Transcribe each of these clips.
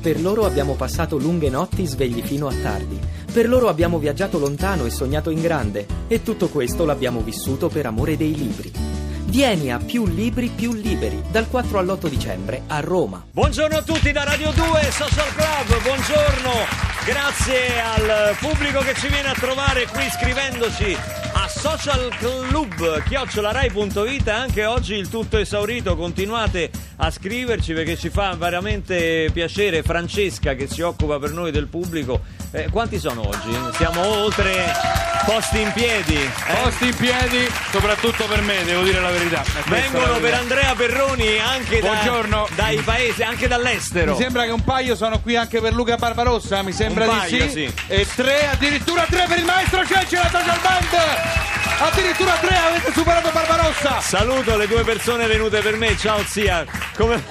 Per loro abbiamo passato lunghe notti svegli fino a tardi. Per loro abbiamo viaggiato lontano e sognato in grande. E tutto questo l'abbiamo vissuto per amore dei libri. Vieni a Più Libri Più Liberi dal 4 all'8 dicembre a Roma. Buongiorno a tutti da Radio 2 Social Club, buongiorno. Grazie al pubblico che ci viene a trovare qui scrivendoci a socialclub@rai.it. Anche oggi il tutto esaurito, continuate a scriverci perché ci fa veramente piacere. Francesca che si occupa per noi del pubblico. Quanti sono oggi? Siamo oltre posti in piedi. Posti in piedi, soprattutto per me, devo dire la verità. Vengono per Andrea Perroni anche dai paesi, anche dall'estero. Mi sembra che un paio sono qui anche per Luca Barbarossa, mi sembra un paio, di sì. E addirittura tre per il maestro Cenci, la Social Band. Addirittura tre, avete superato Barbarossa. Saluto le due persone venute per me. Ciao zia. Come...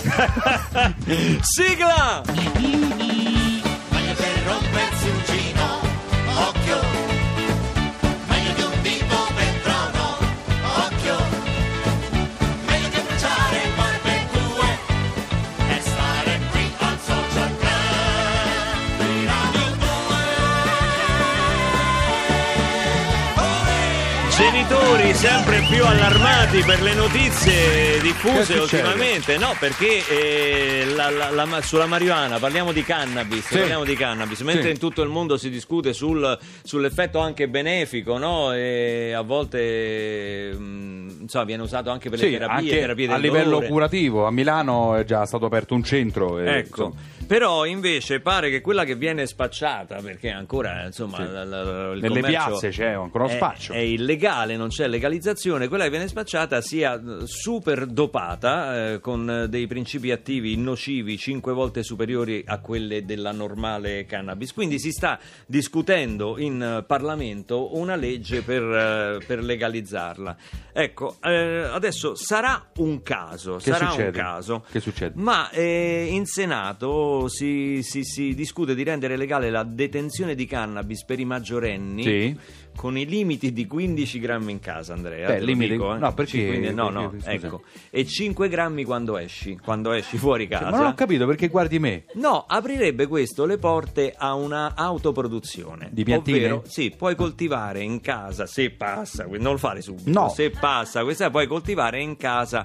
Sigla! Meglio per rompersi un gino, occhio. Meglio di un dito per trono, occhio. Meglio che bruciare barbecue e stare qui al Social Club di Radio 2. Genitori sempre più allarmati per le notizie diffuse ultimamente, no? Perché sulla marijuana parliamo di cannabis, sì. Mentre sì. in tutto il mondo si discute sull'effetto anche benefico, no? E a volte viene usato anche per le terapie del a livello dolore. curativo. A Milano è già stato aperto un centro. Ecco. Però invece pare che quella che viene spacciata, perché ancora il nelle piazze c'è ancora uno spaccio, è illegale, non c'è legalizzazione, quella che viene spacciata sia super dopata, con dei principi attivi nocivi 5 volte superiori a quelle della normale cannabis. Quindi si sta discutendo in Parlamento una legge per legalizzarla. Ecco, adesso sarà un caso. Che succede? Che succede? Ma in Senato si discute di rendere legale la detenzione di cannabis per i maggiorenni, sì, con i limiti di 15 grammi in casa, Andrea. Limiti? Dico, no, perché? Ecco. E 5 grammi quando esci fuori casa. Ma non ho capito, perché guardi me? No, aprirebbe questo le porte a una autoproduzione di piantine? Ovvero, sì, puoi coltivare in casa, se passa, non lo fare subito, no. Se passa questa, puoi coltivare in casa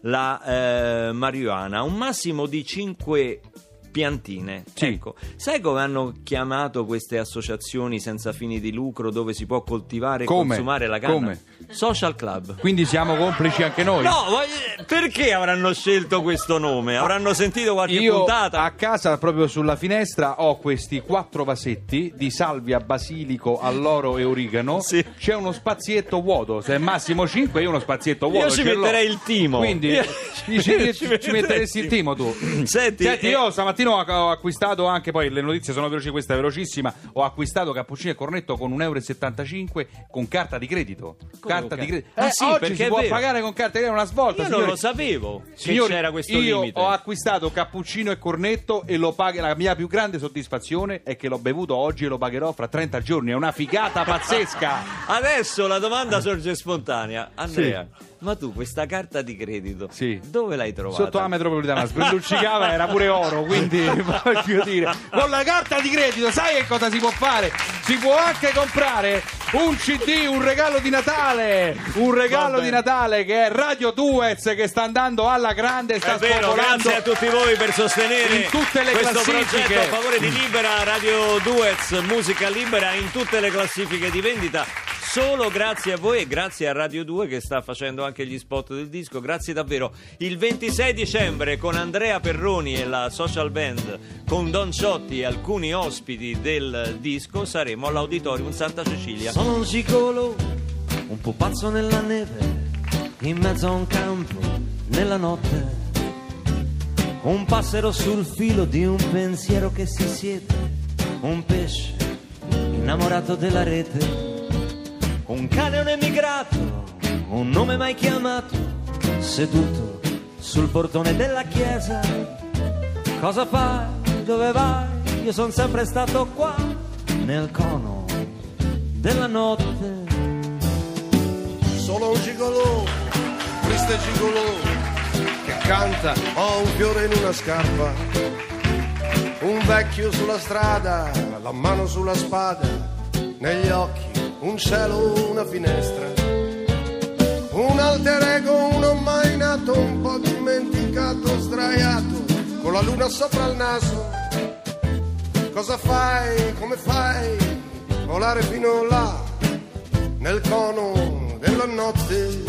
la marijuana, un massimo di 5 piantine. Sì. Ecco, sai come hanno chiamato queste associazioni senza fini di lucro dove si può coltivare e consumare la canna? Come? Social Club. Quindi siamo complici anche noi? No, perché avranno scelto questo nome? Avranno sentito qualche puntata? Io a casa, proprio sulla finestra, ho questi 4 vasetti di salvia, basilico, alloro e origano. Sì. C'è uno spazietto vuoto, se è massimo 5 io uno spazietto vuoto. Io ci metterei il timo. Quindi ci metteresti il timo tu. Senti, io stamattina ho acquistato anche, poi le notizie sono veloci, questa è velocissima, ho acquistato cappuccino e cornetto con 1,75 € con carta di credito. Carta di credito. Sì, oggi perché si può pagare con carta di credito, è una svolta. Io signori. non lo sapevo, signori, che c'era questo limite. Io ho acquistato cappuccino e cornetto e lo pagho. La mia più grande soddisfazione è che l'ho bevuto oggi e lo pagherò fra 30 giorni. È una figata pazzesca. Adesso la domanda sorge spontanea. Andrea, ma tu questa carta di credito dove l'hai trovata? Sotto la metropolitana, sbrilluccicava, era pure oro, quindi voglio dire, con la carta di credito sai che cosa si può fare? Si può anche comprare un CD, un regalo di Natale, di Natale che è Radio Duez, che sta andando alla grande, sta spopolando. Grazie a tutti voi per sostenere in tutte le questo classifiche progetto a favore di Libera. Radio Duez, musica libera in tutte le classifiche di vendita. Solo grazie a voi e grazie a Radio 2 che sta facendo anche gli spot del disco. Grazie davvero. Il 26 dicembre con Andrea Perroni e la Social Band, con Don Ciotti e alcuni ospiti del disco, saremo all'Auditorium Santa Cecilia. Sono un gigolo, un pupazzo nella neve, in mezzo a un campo, nella notte. Un passero sul filo di un pensiero che si siede, un pesce innamorato della rete. Un cane, un emigrato, un nome mai chiamato, seduto sul portone della chiesa. Cosa fai? Dove vai? Io son sempre stato qua, nel cono della notte. Sono un gigolò, questo è gigolò, che canta, ho un fiore in una scarpa. un vecchio sulla strada, la mano sulla spada, negli occhi un cielo, una finestra, un alter ego, uno mai nato, un po' dimenticato, sdraiato, con la luna sopra il naso. Cosa fai, come fai, volare fino là, nel cono della notte?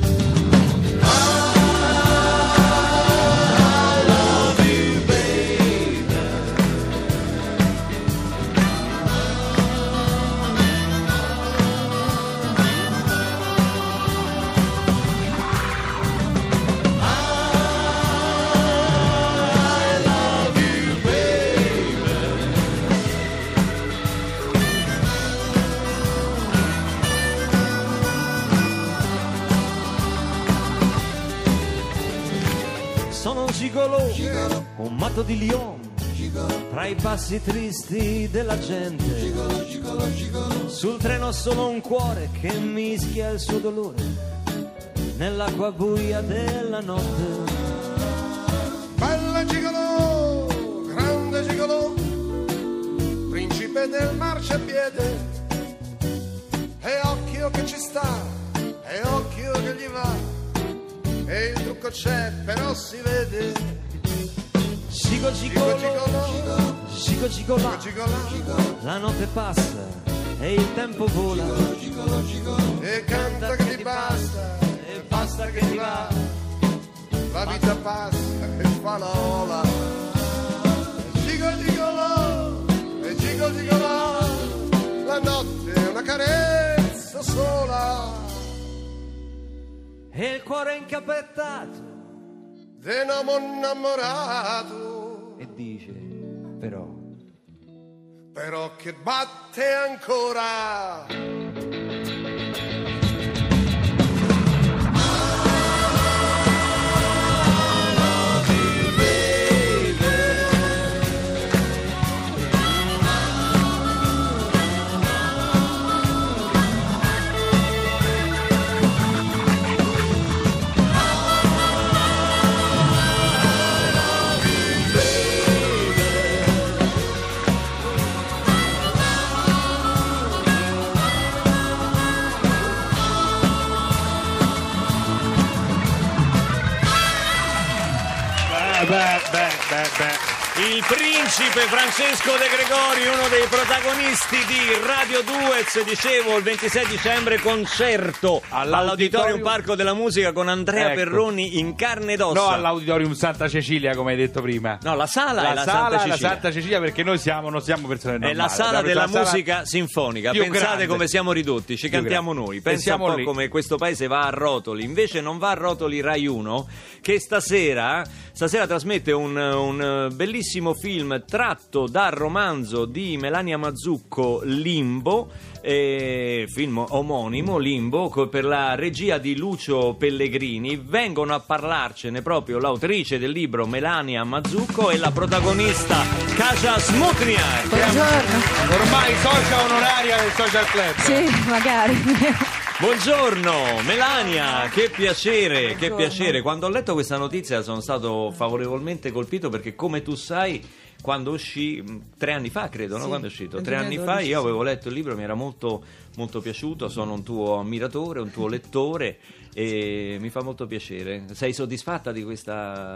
Sono un gigolò, un matto di Lyon, tra i passi tristi della gente. Sul treno solo un cuore che mischia il suo dolore nell'acqua buia della notte. Bella gigolò, grande gigolò, principe del marciapiede, e occhio che ci sta, e occhio che gli va, e il trucco c'è, però si vede. Gigo gigolò, gigo gigolà, la notte passa e il tempo vola, E canta che ti basta, e basta che ti va. la vita passa e fa la ola. Gigo gigolò, e gigo gigolò, la notte è una carezza sola. E il cuore incappettato d'un uomo innamorato, e dice però però che batte ancora. Il principe Francesco De Gregori, uno dei protagonisti di Radio Duez, dicevo, il 26 dicembre concerto all'Auditorium Parco della Musica con Andrea Perroni in carne ed ossa. No, all'Auditorium Santa Cecilia, come hai detto prima. No, la sala è la sala Santa è Cecilia. la Santa Cecilia, perché noi non siamo persone normali. È la sala della musica sinfonica. più Pensate grande. come siamo ridotti, ci Più cantiamo grande. noi. E Pensa siamo un po' lì. come questo paese va a rotoli. Invece non va a rotoli Rai 1, che stasera trasmette un bellissimo film tratto dal romanzo di Melania Mazzucco, Limbo, film omonimo, Limbo, per la regia di Lucio Pellegrini. Vengono a parlarcene proprio l'autrice del libro Melania Mazzucco e la protagonista Kasia Smutniak. Buongiorno. Ormai socia onoraria del Social Club. Sì, magari. Buongiorno Melania, che piacere, che Buongiorno. piacere. Quando ho letto questa notizia sono stato favorevolmente colpito, perché come tu sai, quando uscì 3 anni fa, credo, no? Sì, Quando è uscito? nel 3 anni fa 2012, io sì. avevo letto il libro, mi era molto, molto piaciuto, sono un tuo ammiratore, un tuo lettore e mi fa molto piacere. Sei soddisfatta di questo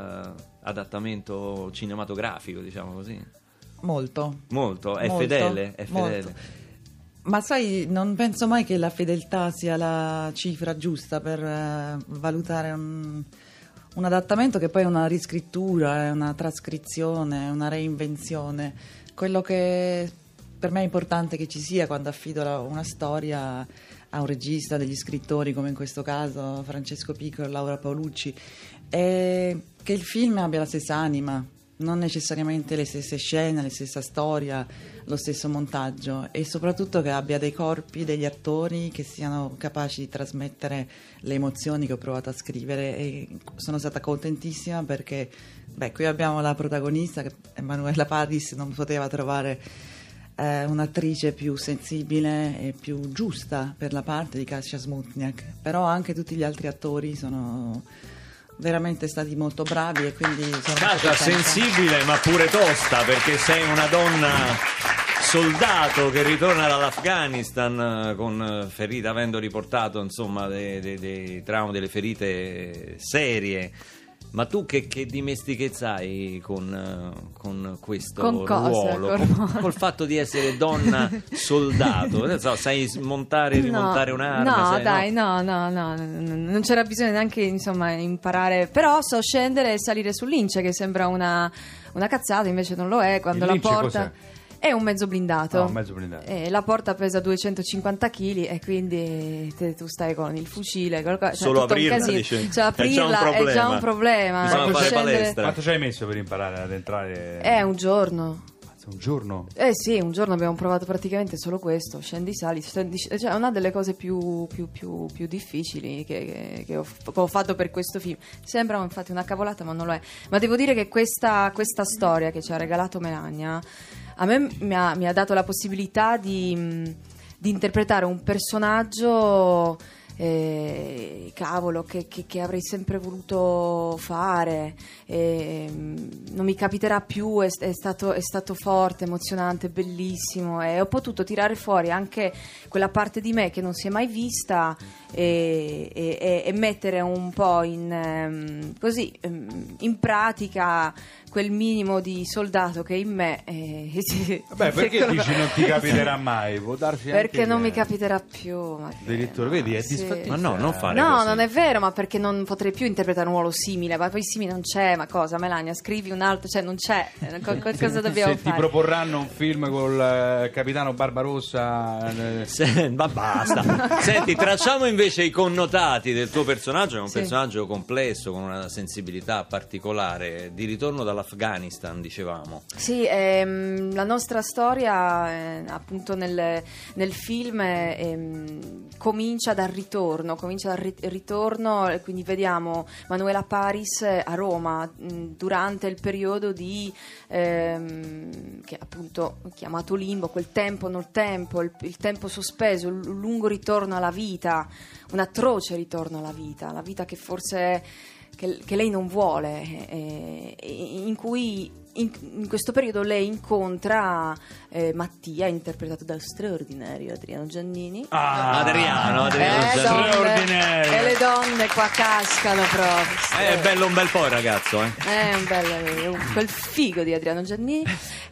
adattamento cinematografico, diciamo così? Molto. Molto, è Molto, fedele, è molto. fedele. Ma sai, non penso mai che la fedeltà sia la cifra giusta per valutare un adattamento, che poi è una riscrittura, è una trascrizione, è una reinvenzione. Quello che per me è importante che ci sia quando affido una storia a un regista, degli scrittori, come in questo caso Francesco Piccolo e Laura Paolucci, è che il film abbia la stessa anima, non necessariamente le stesse scene, la stessa storia, lo stesso montaggio, e soprattutto che abbia dei corpi, degli attori che siano capaci di trasmettere le emozioni che ho provato a scrivere. E sono stata contentissima perché qui abbiamo la protagonista, che Emanuela Padis non poteva trovare un'attrice più sensibile e più giusta per la parte di Kasia Smutniak, però anche tutti gli altri attori sono veramente stati molto bravi e quindi sono molto Cacia, contenta. sensibile ma pure tosta, perché sei una donna soldato che ritorna dall'Afghanistan con ferite, avendo riportato insomma dei traumi, delle ferite serie. Ma tu che dimestichezza hai con questo Con cosa? ruolo? Col fatto di essere donna soldato? Non so, sai smontare e rimontare un'arma? No, sai, dai, no, non c'era bisogno neanche, insomma, imparare. Però so scendere e salire sul Lince, che sembra una cazzata, invece non lo è. Quando Il la Lince porta cos'è? è un mezzo blindato. No, mezzo blindato. E la porta pesa 250 kg e quindi tu stai con il fucile, Solo tutto un aprirla, casino. dice, Cioè, aprirla è già un problema. Bisogna fare Scendere- palestra. Quanto ci hai messo per imparare ad entrare? Un giorno. Un giorno? Sì, un giorno abbiamo provato praticamente solo questo, scendi, sali, cioè è una delle cose più difficili che ho fatto per questo film. Sembra infatti una cavolata, ma non lo è. Ma devo dire che questa storia che ci ha regalato Melania a me mi ha dato la possibilità di interpretare un personaggio cavolo che avrei sempre voluto fare. Non mi capiterà più, è stato forte, emozionante, bellissimo, e ho potuto tirare fuori anche quella parte di me che non si è mai vista e mettere un po' in pratica quel minimo di soldato che è in me. Vabbè, perché dici non ti capiterà mai? Può darsi perché anche non che- mi capiterà più. Addirittura, vedi, è Sì. disfattista. Ma no, non fare No, così. non è vero, ma perché non potrei più interpretare un ruolo simile, ma poi simile non c'è, ma cosa, Melania, scrivi un altro, cioè non c'è, qualcosa dobbiamo Se ti fare. proporranno un film col capitano Barbarossa, Ma basta. Senti, tracciamo invece i connotati del tuo personaggio, che è un Sì. personaggio complesso, con una sensibilità particolare, di ritorno dall'Afghanistan, dicevamo. Sì, la nostra storia appunto nel film comincia dal ritorno, e quindi vediamo Manuela Paris a Roma durante il periodo che appunto chiamato limbo, quel tempo nel tempo, il tempo sospeso, il lungo ritorno alla vita, un atroce ritorno alla vita, la vita che forse che lei non vuole, in cui in questo periodo lei incontra Mattia, interpretato dal straordinario Adriano Giannini. Adriano straordinario. E le donne qua cascano proprio. È bello un bel po' il ragazzo, eh. È un bello, quel figo di Adriano Giannini.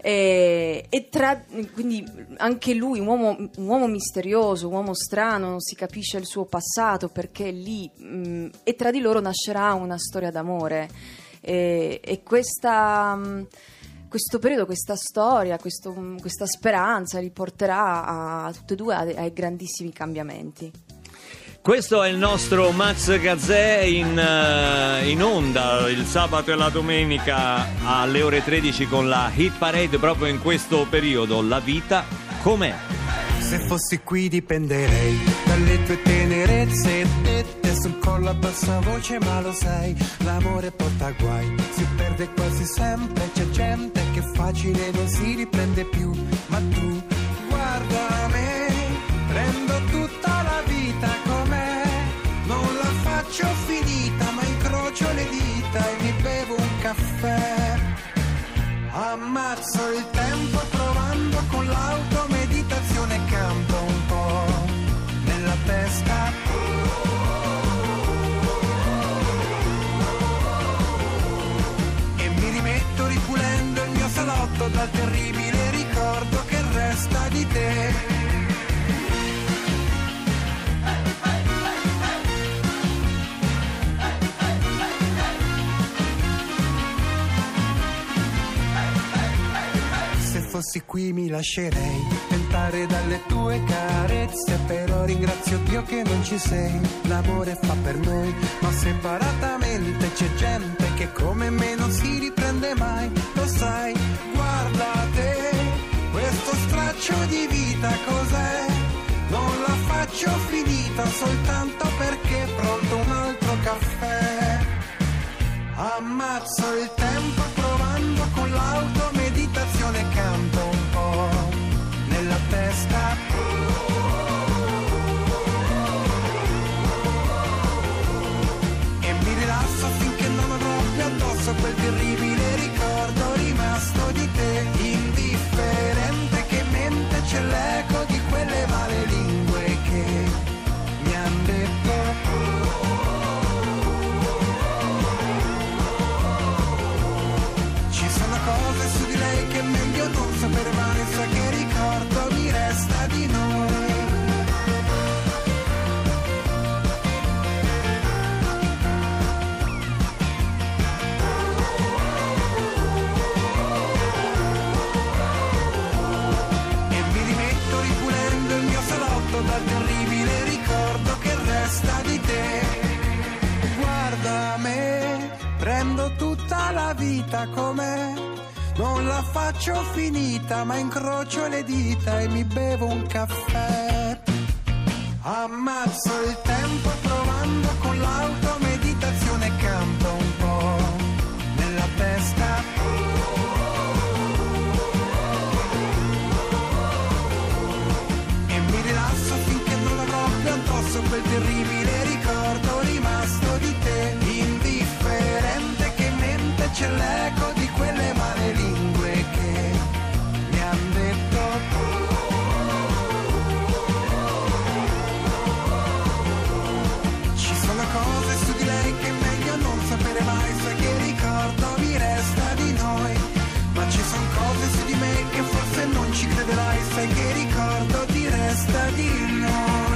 Quindi anche lui, un uomo misterioso, un uomo strano, non si capisce il suo passato perché è lì, e tra di loro nascerà una storia d'amore. E questo periodo, questa storia, questa speranza li porterà a tutti e due ai grandissimi cambiamenti. Questo è il nostro Max Gazzè in onda il sabato e la domenica alle ore 13 con la Hit Parade, proprio in questo periodo. La vita com'è? Se fossi qui dipenderei dalle tue tenerezze dette sul collo a bassa voce, ma lo sai, l'amore porta guai, si perde quasi sempre, c'è gente che facile non si riprende più, ma tu guarda me, prendo tutta la vita com'è, non la faccio finita, ma incrocio le dita e mi bevo un caffè, ammazzo il tempo provando con l'auto, meditazione canto un po' nella testa. E mi rimetto ripulendo il mio salotto dal terribile ricordo che resta di te. Se fossi qui mi lascerei tentare dalle tue carezze, però ringrazio Dio che non ci sei. L'amore fa per noi, ma separatamente c'è gente che come me non si riprende mai. Lo sai, guarda te, questo straccio di vita cos'è? Non la faccio finita soltanto perché è pronto un altro caffè. Ammazzo il tempo provando con l'auto, meditazione canto un po' nella testa. E mi rilasso finché vita com'è. Non la faccio finita, ma incrocio le dita e mi bevo un caffè. Ammazzo il tempo provando con l'auto, meditazione campo un po' nella testa. E mi rilasso finché non avrò più addosso quel terribile ricordo rimasto di te. Indifferente che in mente c'è l'eco di quelle male lingue che mi han detto. Ci sono cose su di lei che è meglio non sapere mai, sai che ricordo mi resta di noi. Ma ci sono cose su di me che forse non ci crederai, sai che ricordo ti resta di noi.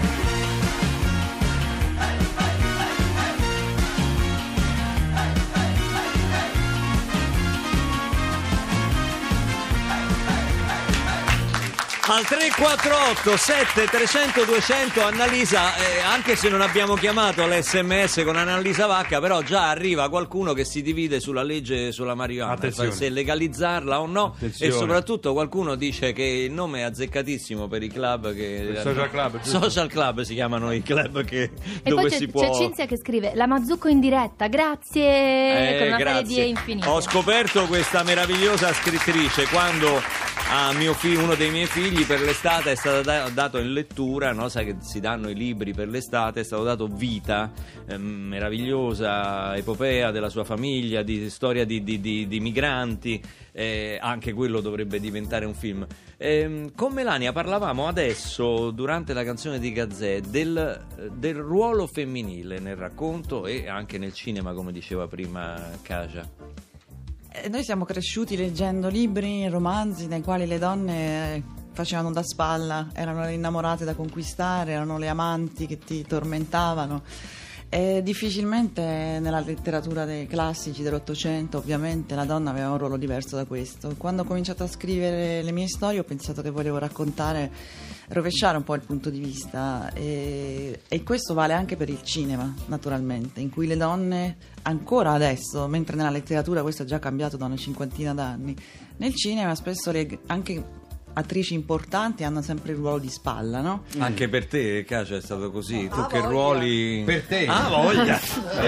Al 348 7300 200 Annalisa, anche se non abbiamo chiamato l'SMS con Annalisa Vacca, però già arriva qualcuno che si divide sulla legge sulla marijuana, Attenzione. se legalizzarla o no. Attenzione. E soprattutto qualcuno dice che il nome è azzeccatissimo per i club che Il social club, giusto? Social club si chiamano i club che E dove poi si c'è può Cinzia che scrive la Mazzucco in diretta, grazie, con una serie grazie. di infinite. Ho scoperto questa meravigliosa scrittrice quando a uno dei miei figli per l'estate è stato dato in lettura, no? Sai che si danno i libri per l'estate, è stato dato Vita, meravigliosa epopea della sua famiglia, di storia di migranti, anche quello dovrebbe diventare un film. Con Melania parlavamo adesso durante la canzone di Gazzè del ruolo femminile nel racconto e anche nel cinema, come diceva prima Kaja. Noi siamo cresciuti leggendo libri, romanzi nei quali le donne facevano da spalla, erano le innamorate da conquistare, erano le amanti che ti tormentavano. E difficilmente nella letteratura dei classici dell'Ottocento, ovviamente, la donna aveva un ruolo diverso da questo. Quando ho cominciato a scrivere le mie storie ho pensato che volevo rovesciare un po' il punto di vista e questo vale anche per il cinema, naturalmente, in cui le donne ancora adesso, mentre nella letteratura questo è già cambiato da una cinquantina d'anni, nel cinema spesso anche attrici importanti hanno sempre il ruolo di spalla, no? Anche per te, Kaja, è stato così. Tu Ah, che voglia. ruoli... Per te. Ah, voglia!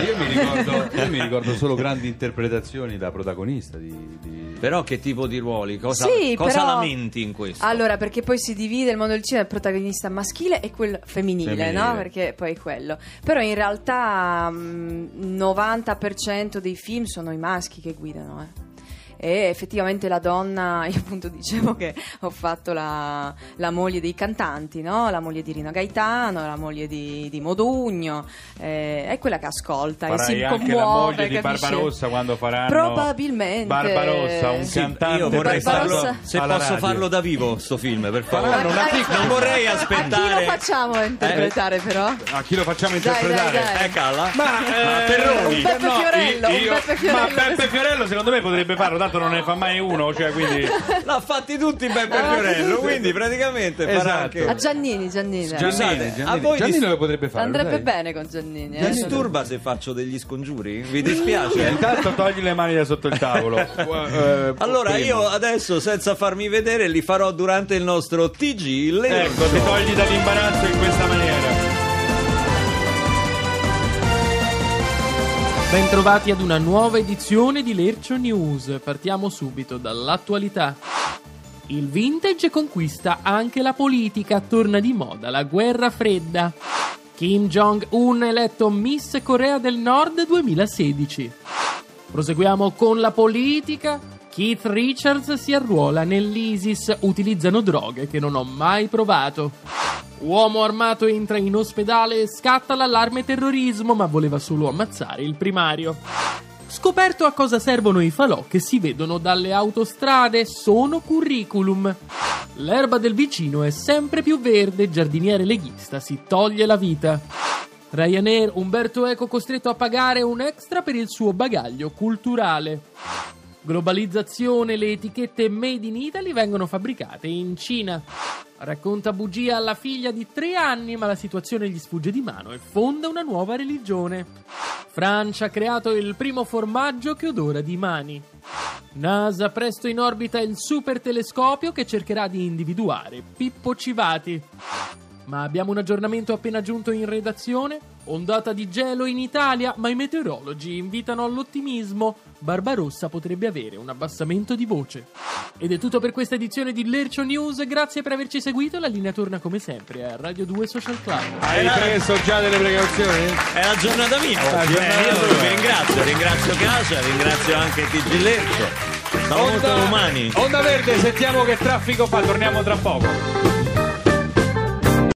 Io mi ricordo solo grandi interpretazioni da protagonista Però che tipo di ruoli? Cosa Sì, però- lamenti in questo? Allora, perché poi si divide il mondo del cinema, il protagonista maschile e quello femminile, Femminile. no? Perché poi è quello. Però in realtà 90% dei film sono i maschi che guidano, E effettivamente la donna, io appunto dicevo che ho fatto la moglie dei cantanti, no? La moglie di Rino Gaetano, la moglie di Modugno, è quella che ascolta e si Farai anche commuove, la moglie di capisce? Barbarossa quando faranno Probabilmente. Barbarossa, un Sì, cantante io vorrei Barbarossa. farlo, se alla posso radio. farlo da vivo sto film, per favore. Faranno una Non vorrei A chi aspettare. lo facciamo interpretare però? A chi lo facciamo Dai, interpretare? dai. Calla? Ma Terroni. Un Beppe Fiorello, un Beppe Fiorello. Ma Beppe Fiorello secondo me potrebbe farlo, tanto non ne fa mai uno, cioè quindi L'ha fatti tutti Beppe Fiorello, quindi praticamente farà Esatto. anche... A Giannini. Scusate, a voi Giannini lo potrebbe fare. Andrebbe lo sai? bene con Giannini. Vi disturba se faccio degli scongiuri? Vi dispiace? Intanto togli le mani da sotto il tavolo. Allora prima. io adesso, senza farmi vedere, li farò durante il nostro TG Lercio. Ecco, ti togli dall'imbarazzo in questa maniera. Bentrovati ad una nuova edizione di Lercio News. Partiamo subito dall'attualità. Il vintage conquista anche la politica, torna di moda la guerra fredda. Kim Jong-un eletto Miss Corea del Nord 2016. Proseguiamo con la politica. Keith Richards si arruola nell'ISIS, utilizzano droghe che non ho mai provato. Uomo armato entra in ospedale e scatta l'allarme terrorismo, ma voleva solo ammazzare il primario. Scoperto a cosa servono i falò che si vedono dalle autostrade, sono curriculum. L'erba del vicino è sempre più verde, giardiniere leghista si toglie la vita. Ryanair, Umberto Eco costretto a pagare un extra per il suo bagaglio culturale. Globalizzazione, le etichette Made in Italy vengono fabbricate in Cina. Racconta bugia alla figlia di 3 anni, ma la situazione gli sfugge di mano e fonda una nuova religione. Francia ha creato il primo formaggio che odora di mani. NASA presto in orbita il super telescopio che cercherà di individuare Pippo Civati. Ma abbiamo un aggiornamento appena giunto in redazione. Ondata di gelo in Italia, ma i meteorologi invitano all'ottimismo. Barbarossa potrebbe avere un abbassamento di voce. Ed è tutto per questa edizione di Lercio News. Grazie per averci seguito. La linea torna come sempre a Radio 2 Social Club. Hai preso già delle precauzioni? È la giornata mia oggi. Io vi ringrazio Cacia, ringrazio anche TG Lercio. Siamo molto umani. Onda Verde, sentiamo che traffico fa, torniamo tra poco.